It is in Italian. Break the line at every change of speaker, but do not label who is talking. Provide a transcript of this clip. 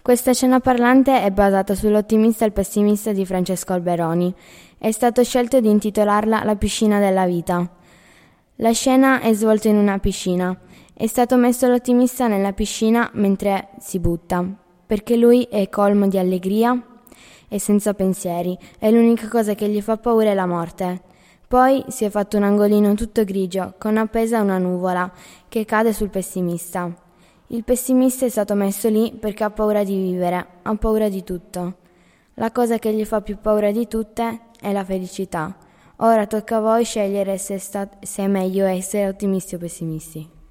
Questa scena parlante è basata sull'Ottimista e il pessimista di Francesco Alberoni. È stato scelto di intitolarla La piscina della vita. La scena è svolta in una piscina. È stato messo l'ottimista nella piscina mentre si butta, perché lui è colmo di allegria e senza pensieri, e l'unica cosa che gli fa paura è la morte. Poi si è fatto un angolino tutto grigio, con appesa una nuvola, che cade sul pessimista. Il pessimista è stato messo lì perché ha paura di vivere, ha paura di tutto. La cosa che gli fa più paura di tutte è la felicità. Ora tocca a voi scegliere se è meglio essere ottimisti o pessimisti.